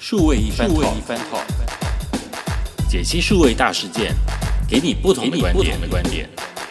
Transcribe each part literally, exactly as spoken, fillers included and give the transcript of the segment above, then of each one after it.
数位一番 Talk， 解析数位大事件，给你不同的观点。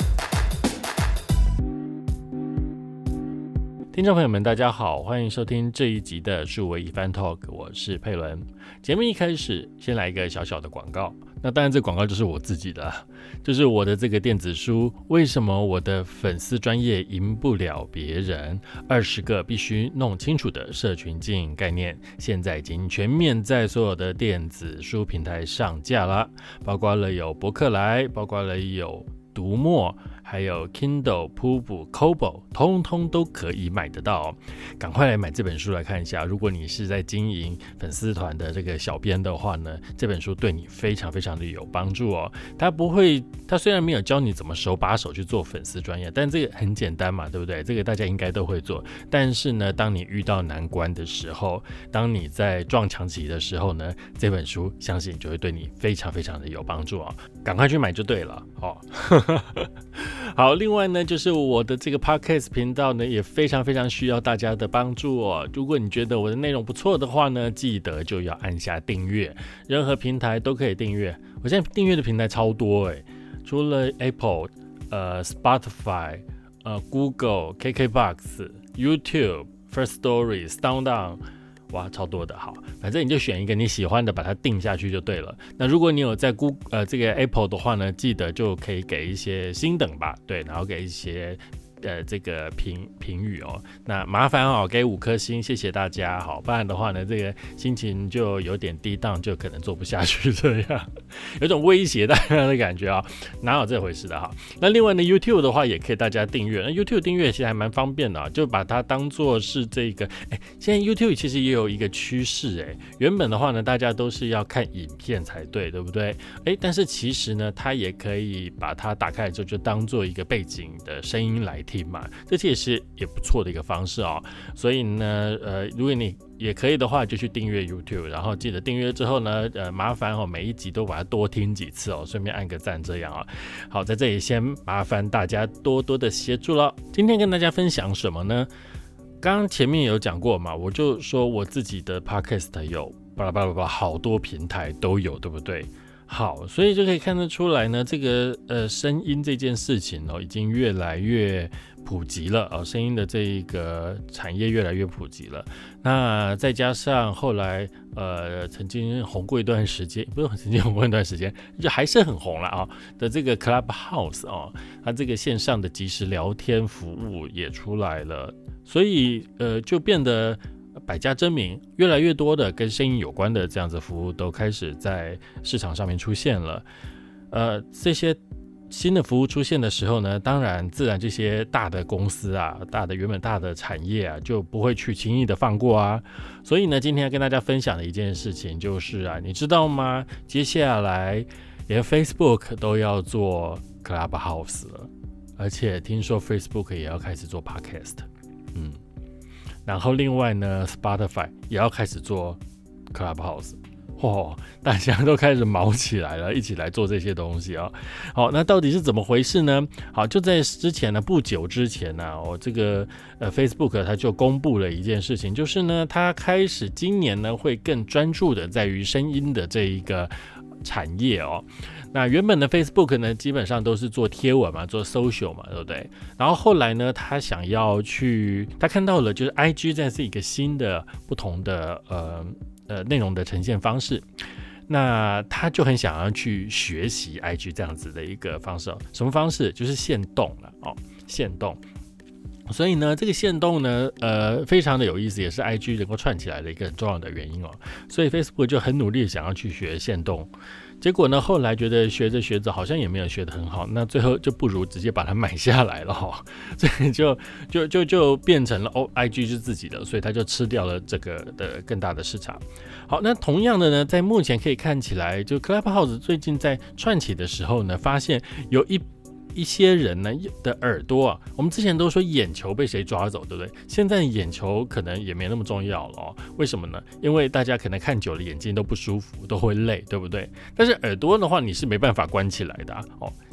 听众朋友们，大家好，欢迎收听这一集的数位一番 Talk， 我是佩伦。节目一开始先来一个小小的广告，那当然这广告就是我自己的，就是我的这个电子书《为什么我的粉丝专业赢不了别人？二十个必须弄清楚的社群经营概念》，现在已经全面在所有的电子书平台上架了，包括了有博客来，包括了有读墨，还有 Kindle、Pubu、Kobo， 通通都可以买得到哦。赶快来买这本书来看一下。如果你是在经营粉丝团的这个小编的话呢，这本书对你非常非常的有帮助哦。它不会，它虽然没有教你怎么手把手去做粉丝专页，但这个很简单嘛，对不对？这个大家应该都会做。但是呢，当你遇到难关的时候，当你在撞墙期的时候呢，这本书相信就会对你非常非常的有帮助哦。赶快去买就对了哦。好，另外呢，就是我的这个 podcast 频道呢，也非常非常需要大家的帮助哦。如果你觉得我的内容不错的话呢，记得就要按下订阅，任何平台都可以订阅。我现在订阅的平台超多诶，除了 Apple、呃 Spotify、呃 Google、K K Box、YouTube、First Story、SoundOn。哇，超多的。好，反正你就选一个你喜欢的，把它定下去就对了。那如果你有在 Google 呃这个 Apple 的话呢，记得就可以给一些星等吧，对，然后给一些呃这个评评语哦。那麻烦哦，给五颗星，谢谢大家。好，不然的话呢，这个心情就有点低档，就可能做不下去这样，有种威胁大家的感觉啊、哦，哪有这回事的哈？那另外呢 ，YouTube 的话也可以大家订阅。那 YouTube 订阅其实还蛮方便的、啊，就把它当做是这个。哎，现在 YouTube 其实也有一个趋势，哎，原本的话呢，大家都是要看影片才对，对不对？哎，但是其实呢，它也可以把它打开之后就当做一个背景的声音来听嘛，这其实也不错的一个方式哦。所以呢，呃，如果你也可以的话，就去订阅 YouTube， 然后记得订阅之后呢，呃，麻烦哦，每一集都把它多听几次哦，顺便按个赞这样哦。好，在这里先麻烦大家多多的协助了。今天跟大家分享什么呢？刚刚前面有讲过嘛，我就说我自己的 Podcast 有巴拉巴拉巴拉好多平台都有，对不对？好，所以就可以看得出来呢，这个呃声音这件事情哦，已经越来越普及了啊、哦，声音的这一个产业越来越普及了。那再加上后来呃曾经红过一段时间，不是曾经红过一段时间，就还是很红了啊、哦、的这个 Clubhouse 哦，它这个线上的即时聊天服务也出来了，所以呃就变得百家争鸣，越来越多的跟声音有关的这样子服务都开始在市场上面出现了。呃，这些新的服务出现的时候呢，当然自然这些大的公司啊，大的原本大的产业啊，就不会去轻易的放过啊。所以呢，今天要跟大家分享的一件事情就是啊，你知道吗？接下来连 Facebook 都要做 Clubhouse 了，而且听说 Facebook 也要开始做 Podcast， 嗯。然后另外呢 Spotify 也要开始做 Clubhouse， 哦，大家都开始忙起来了，一起来做这些东西啊、哦。好，那到底是怎么回事呢？好，就在之前呢，不久之前呢、啊，我、哦、这个呃 Facebook 它就公布了一件事情，就是呢，它开始今年呢会更专注的在于声音的这一个产业哦。那原本的 Facebook 呢，基本上都是做贴文嘛，做 social 嘛，对不对？然后后来呢，他想要去，他看到了就是 I G 这是一个新的不同的呃呃内容的呈现方式，那他就很想要去学习 I G 这样子的一个方式哦。什么方式？就是限动了哦，限动。所以呢，这个限动呢，呃，非常的有意思，也是 I G 能够串起来的一个很重要的原因哦。所以 Facebook 就很努力想要去学限动。结果呢，后来觉得学着学着好像也没有学得很好，那最后就不如直接把它买下来了哈、哦，所以就就就就变成了哦 ，I G 是自己的，所以它就吃掉了这个的更大的市场。好，那同样的呢，在目前可以看起来，就 Clubhouse 最近在串起的时候呢，发现有一一些人呢的耳朵啊，我们之前都说眼球被谁抓走，对不对？现在眼球可能也没那么重要了哦。为什么呢？因为大家可能看久了眼睛都不舒服，都会累，对不对？但是耳朵的话，你是没办法关起来的、啊、哦。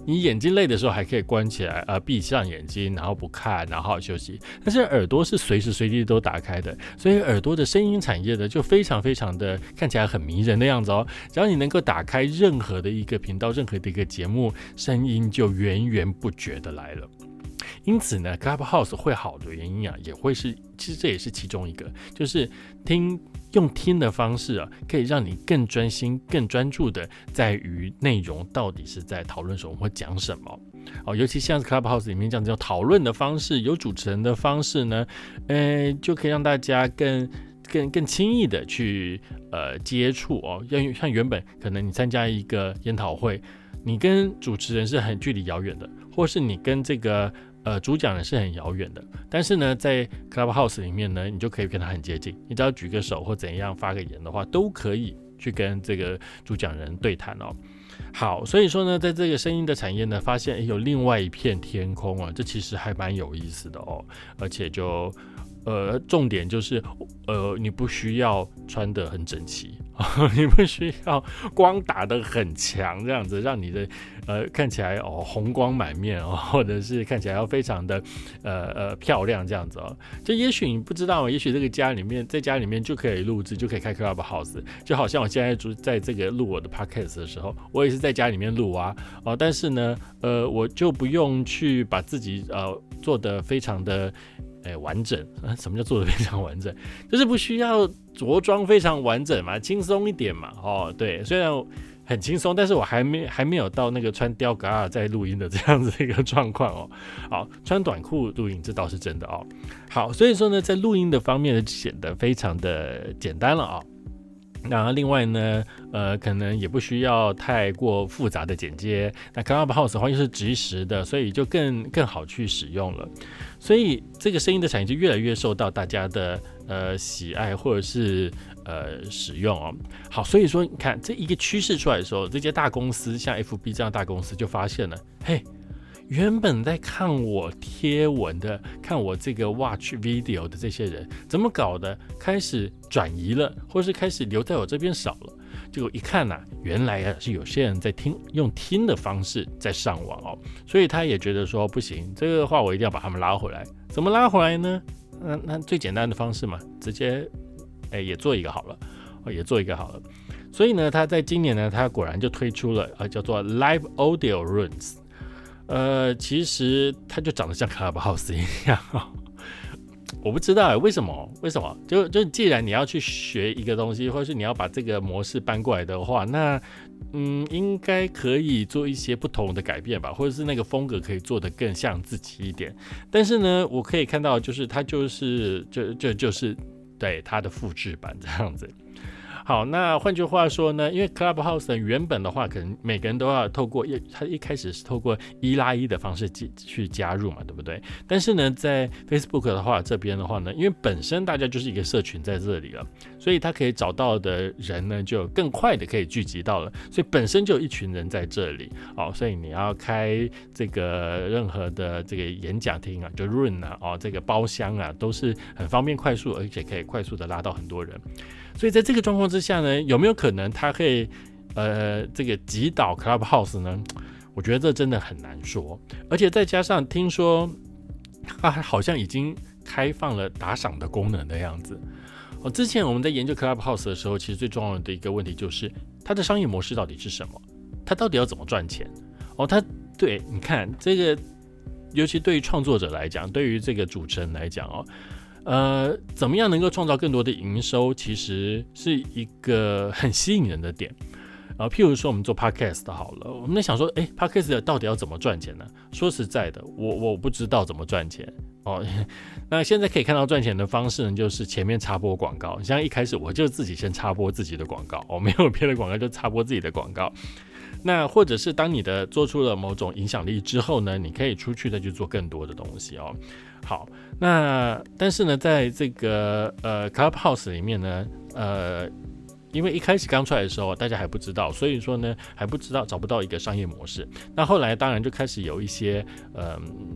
你眼睛累的时候还可以关起来，呃，闭上眼睛，然后不看，然后好好休息。但是耳朵是随时随地都打开的，所以耳朵的声音产业的就非常非常的看起来很迷人的样子哦。只要你能够打开任何的一个频道，任何的一个节目，声音就源源不绝的来了。因此呢 Clubhouse 会好的原因啊，也会是，其实这也是其中一个，就是听用听的方式啊，可以让你更专心、更专注的在于内容到底是在讨论什么或讲什么。哦，尤其像是 Clubhouse 里面这样子有讨论的方式，有主持人的方式呢，呃，就可以让大家更更更轻易的去呃接触哦。像原本可能你参加一个研讨会，你跟主持人是很距离遥远的，或是你跟这个呃主讲人是很遥远的，但是呢，在 Clubhouse 里面呢，你就可以跟他很接近，你只要举个手或怎样发个言的话，都可以去跟这个主讲人对谈哦。好，所以说呢，在这个声音的产业呢，发现有另外一片天空啊，这其实还蛮有意思的哦，而且就呃，重点就是，呃，你不需要穿得很整齐，你不需要光打得很强，这样子让你的呃看起来哦红光满面哦，或者是看起来要非常的呃呃漂亮这样子哦。就也许你不知道，也许这个家里面在家里面就可以录制，就可以开 Clubhouse， 就好像我现在在这个录我的 Podcast 的时候，我也是在家里面录啊，哦，但是呢，呃，我就不用去把自己呃做得非常的。哎，完整啊？什么叫做得非常完整？就是不需要着装非常完整嘛，轻松一点嘛。哦，对，虽然很轻松，但是我还没还没有到那个穿吊嘎在录音的这样子一个状况哦。好，穿短裤录音这倒是真的哦。好，所以说呢，在录音的方面呢，显得非常的简单了啊、哦。那另外呢，呃，可能也不需要太过复杂的剪接。那 Clubhouse 的话又是即时的，所以就更更好去使用了。所以这个声音的产业就越来越受到大家的呃喜爱或者是呃使用哦。好，所以说你看这一个趋势出来的时候，这些大公司像 F B 这样的大公司就发现了，嘿。原本在看我贴文的、看我这个 watch video 的这些人，怎么搞的？开始转移了，或是开始留在我这边少了。结果一看呐、啊，原来啊是有些人在听，用听的方式在上网哦。所以他也觉得说不行，这个的话我一定要把他们拉回来。怎么拉回来呢？那那最简单的方式嘛，直接哎也做一个好了，哦也做一个好了。所以呢，他在今年呢，他果然就推出了呃叫做 Live Audio Rooms。呃，其实它就长得像 Clubhouse 一样、哦，我不知道哎，为什么？为什么？就就既然你要去学一个东西，或者是你要把这个模式搬过来的话，那嗯，应该可以做一些不同的改变吧，或者是那个风格可以做得更像自己一点。但是呢，我可以看到，就是它就是就就就是对它的复制版这样子。好，那换句话说呢，因为 Clubhouse 原本的话，可能每个人都要透过一，他一开始是透过一拉一的方式去加入嘛，对不对？但是呢，在 Facebook 的话，这边的话呢，因为本身大家就是一个社群在这里了，所以他可以找到的人呢，就更快的可以聚集到了，所以本身就有一群人在这里，哦，所以你要开这个任何的这个演讲厅啊，就 room 啊，哦，这个包厢啊，都是很方便快速，而且可以快速的拉到很多人。所以在这个状况之下呢，有没有可能它可以呃这个击倒 Clubhouse 呢？我觉得这真的很难说。而且再加上听说它好像已经开放了打赏的功能的样子。哦，之前我们在研究 Clubhouse 的时候，其实最重要的一个问题就是它的商业模式到底是什么？它到底要怎么赚钱？哦，它对你看这个，尤其对于创作者来讲，对于这个主持人来讲哦。呃，怎么样能够创造更多的营收，其实是一个很吸引人的点。呃，譬如说我们做 podcast 好了，我们在想说，哎 ，podcast 到底要怎么赚钱呢？说实在的，我我不知道怎么赚钱哦。那现在可以看到赚钱的方式呢，就是前面插播广告。像一开始我就自己先插播自己的广告，我、哦、没有别的广告，就插播自己的广告。那或者是当你的做出了某种影响力之后呢，你可以出去再去做更多的东西哦。好，那但是呢，在这个呃 Clubhouse 里面呢，呃，因为一开始刚出来的时候，大家还不知道，所以说呢，还不知道找不到一个商业模式。那后来当然就开始有一些呃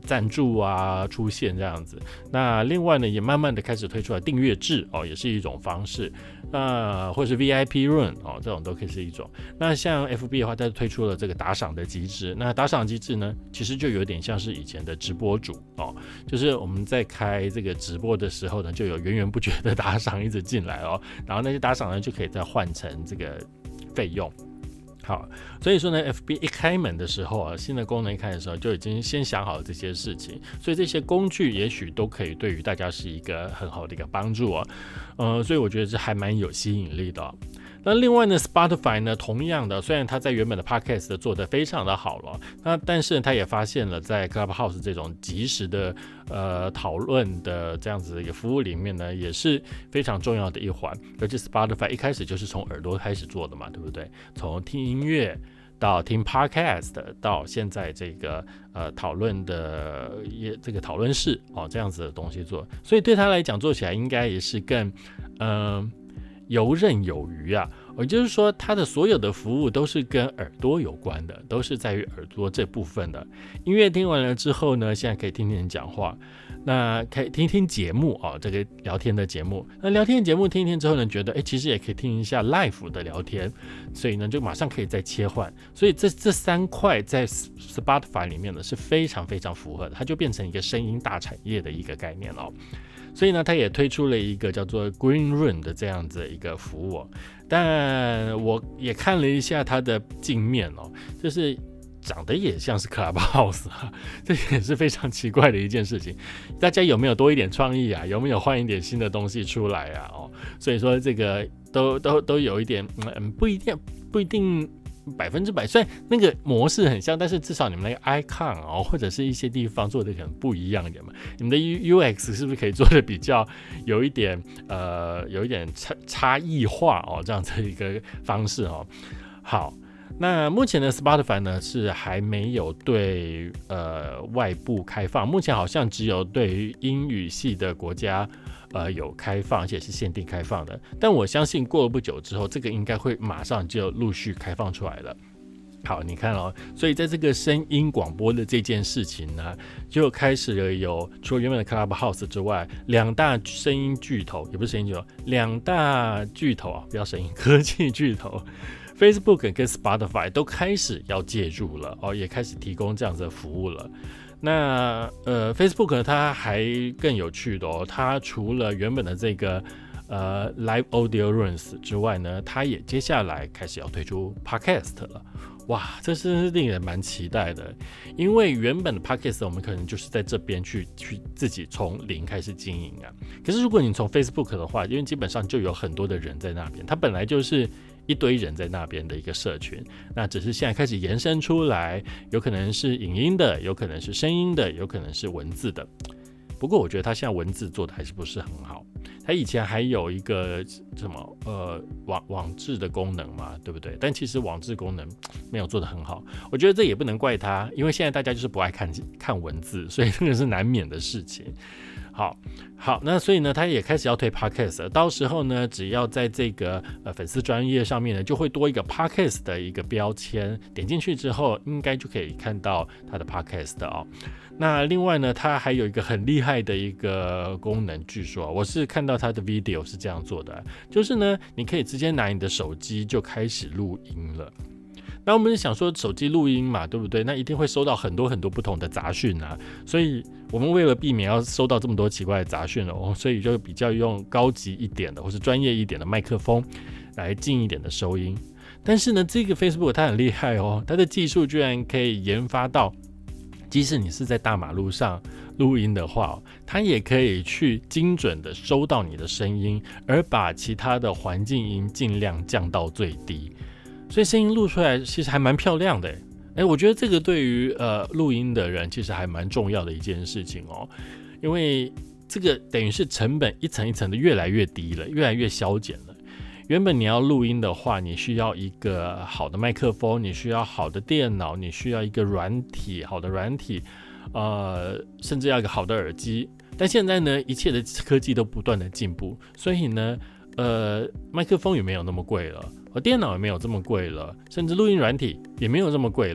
赞助啊出现这样子。那另外呢，也慢慢的开始推出了订阅制哦，也是一种方式。那或是 V I P Room 哦，这种都可以是一种。那像 F B 的话，它推出了这个打赏的机制。那打赏机制呢，其实就有点像是以前的直播主哦，就是我们在开这个直播的时候呢，就有源源不绝的打赏一直进来哦，然后那些打赏呢就可以再换成这个费用。好，所以说呢 ，F B 一开门的时候啊，新的功能一开的时候就已经先想好了这些事情，所以这些工具也许都可以对于大家是一个很好的一个帮助啊，呃，所以我觉得这还蛮有吸引力的哦。那另外呢 ，Spotify 呢，同样的，虽然它在原本的 Podcast 做得非常的好了，那但是它也发现了在 Clubhouse 这种即时的呃讨论的这样子的一个服务里面呢，也是非常重要的一环。而且 Spotify 一开始就是从耳朵开始做的嘛，对不对？从听音乐到听 Podcast， 到现在这个呃讨论的也这个讨论室哦这样子的东西做，所以对他来讲做起来应该也是更嗯。呃游刃有余啊，也就是说，它的所有的服务都是跟耳朵有关的，都是在于耳朵这部分的。音乐听完了之后呢，现在可以听听人讲话，那可以听听节目哦，这个聊天的节目。那聊天的节目听一听之后呢，觉得哎，其实也可以听一下 live 的聊天，所以呢，就马上可以再切换。所以这这三块在 Spotify 里面呢是非常非常符合的，它就变成一个声音大产业的一个概念哦。所以呢，它也推出了一个叫做 Green Room 的这样子的一个服务哦。但我也看了一下它的镜面哦，就是长得也像是 Clubhouse 啊，这也是非常奇怪的一件事情。大家有没有多一点创意啊？有没有换一点新的东西出来啊？哦，所以说这个都都都有一点，嗯，不一定不一定。百分之百，虽然那个模式很像，但是至少你们那个 icon 哦，或者是一些地方做的可能不一样一点嘛。你们的 U X 是不是可以做的比较有一点呃，有一点差差异化哦，这样子一个方式哦。好，那目前的 Spotify 呢是还没有对呃外部开放，目前好像只有对于英语系的国家。呃，有开放，而且是限定开放的。但我相信过了不久之后，这个应该会马上就陆续开放出来了。好，你看哦，所以在这个声音广播的这件事情呢，就开始了有除了原本的 Clubhouse 之外，两大声音巨头，也不是声音巨头，两大巨头啊，不要声音科技巨头 ，Facebook 跟 Spotify 都开始要介入了哦，也开始提供这样子的服务了。那呃 ，Facebook 它还更有趣的哦，它除了原本的这个呃 Live Audio Rooms 之外呢，它也接下来开始要推出 Podcast 了。哇，这是令人蛮期待的，因为原本的 Podcast 我们可能就是在这边去去自己从零开始经营啊。可是如果你从 Facebook 的话，因为基本上就有很多的人在那边，它本来就是一堆人在那边的一个社群，那只是现在开始延伸出来，有可能是影音的，有可能是声音的，有可能是文字的。不过我觉得它现在文字做的还是不是很好。它以前还有一个什么呃网网志的功能嘛，对不对？但其实网志功能没有做得很好。我觉得这也不能怪它，因为现在大家就是不爱看看文字，所以这个是难免的事情。好好，那所以呢，他也开始要推 podcast 了。到时候呢，只要在这个呃粉丝专页上面呢，就会多一个 podcast 的一个标签，点进去之后，应该就可以看到他的 podcast 哦。那另外呢，它还有一个很厉害的一个功能，据说我是看到它的 video 是这样做的，就是呢，你可以直接拿你的手机就开始录音了。那我们就想说手机录音嘛，对不对？那一定会收到很多很多不同的杂讯啊，所以我们为了避免要收到这么多奇怪的杂讯哦，所以就比较用高级一点的或是专业一点的麦克风来近一点的收音。但是呢，这个 Facebook 它很厉害哦，它的技术居然可以研发到，即使你是在大马路上录音的话，它也可以去精准的收到你的声音，而把其他的环境音尽量降到最低。所以声音录出来其实还蛮漂亮的，哎，我觉得这个对于呃录音的人其实还蛮重要的一件事情哦，因为这个等于是成本一层一层的越来越低了，越来越削减了。原本你要录音的话，你需要一个好的麦克风，你需要好的电脑，你需要一个软体，好的软体，呃，甚至要一个好的耳机。但现在呢，一切的科技都不断的进步，所以呢，呃，麦克风也没有那么贵了。而电脑也没有这么贵了，甚至录音软体也没有这么贵了，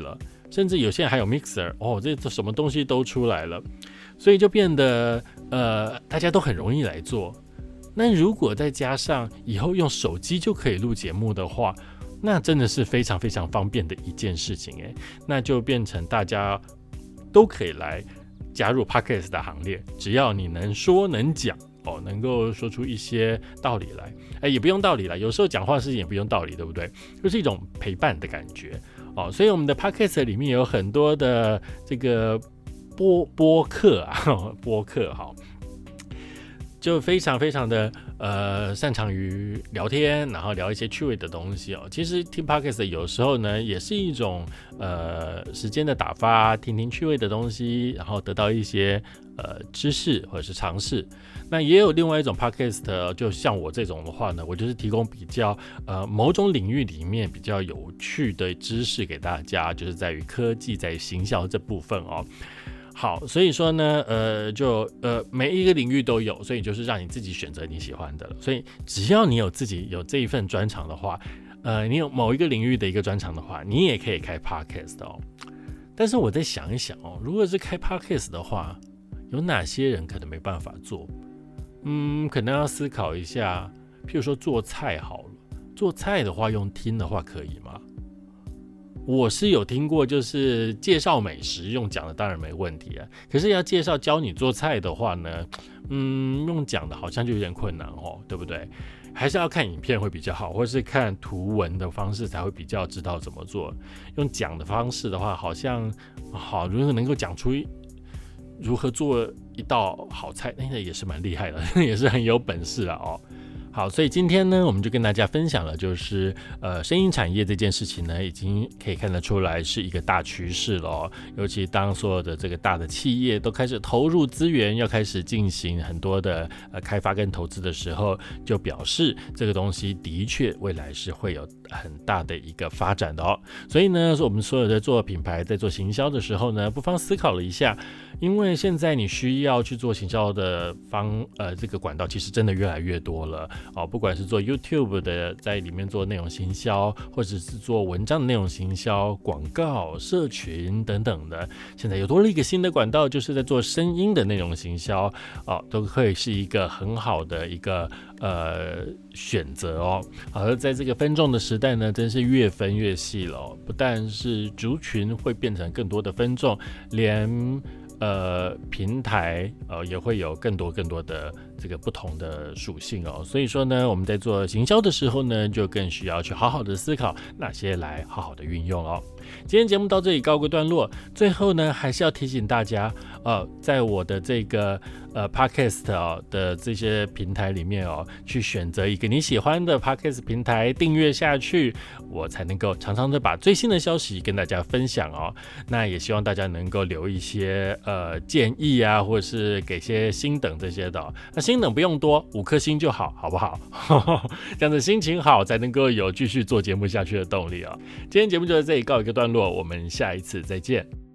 甚至有些人还有 mixer 哦，这这什么东西都出来了，所以就变得呃大家都很容易来做。那如果再加上以后用手机就可以录节目的话，那真的是非常非常方便的一件事情诶，那就变成大家都可以来加入 Podcast 的行列，只要你能说能讲哦，能够说出一些道理来，哎，也不用道理啦，有时候讲话是也不用道理，对不对？就是一种陪伴的感觉哦。所以我们的 Podcast 里面有很多的这个播播客啊，播客哈。就非常非常的呃擅长于聊天，然后聊一些趣味的东西哦。其实听 Podcast 有时候呢，也是一种呃时间的打发，听听趣味的东西，然后得到一些呃知识或者是尝试。那也有另外一种 Podcast， 就像我这种的话呢，我就是提供比较呃某种领域里面比较有趣的知识给大家，就是在于科技在于行销这部分哦。好，所以说呢，呃，就呃每一个领域都有，所以就是让你自己选择你喜欢的了。所以只要你有自己有这一份专长的话，呃，你有某一个领域的一个专长的话，你也可以开 podcast 哦。但是我再想一想哦，如果是开 podcast 的话，有哪些人可能没办法做？嗯，可能要思考一下。譬如说做菜好了，做菜的话用听的话可以吗？我是有听过，就是介绍美食用讲的当然没问题啊，可是要介绍教你做菜的话呢，嗯，用讲的好像就有点困难哦，对不对？还是要看影片会比较好，或是看图文的方式才会比较知道怎么做。用讲的方式的话，好像好，如果能够讲出如何做一道好菜，那也是蛮厉害的，也是很有本事啊哦。好，所以今天呢，我们就跟大家分享了，就是呃，声音产业这件事情呢，已经可以看得出来是一个大趋势了哦。尤其当所有的这个大的企业都开始投入资源，要开始进行很多的呃开发跟投资的时候，就表示这个东西的确未来是会有很大的一个发展的哦。所以呢，我们所有的做品牌在做行销的时候呢，不妨思考了一下，因为现在你需要去做行销的方呃这个管道，其实真的越来越多了。哦，不管是做 YouTube 的，在里面做内容行销，或者是做文章的内容行销、广告、社群等等的，现在又多了一个新的管道，就是在做声音的内容行销，哦，都可以是一个很好的一个呃选择哦。而在这个分众的时代呢，真是越分越细了哦，不但是族群会变成更多的分众，连呃，平台呃也会有更多更多的这个不同的属性哦，所以说呢，我们在做行销的时候呢，就更需要去好好的思考哪些来好好的运用哦。今天节目到这里告个段落，最后呢，还是要提醒大家，呃，在我的这个呃 podcast 哦的这些平台里面哦，去选择一个你喜欢的 podcast 平台订阅下去，我才能够常常的把最新的消息跟大家分享哦。那也希望大家能够留一些呃建议啊，或者是给些星等这些的哦。那星等不用多，五颗星就好，好不好？这样子心情好，才能够有继续做节目下去的动力哦。今天节目就在这里告一个段落，我们下一次再见。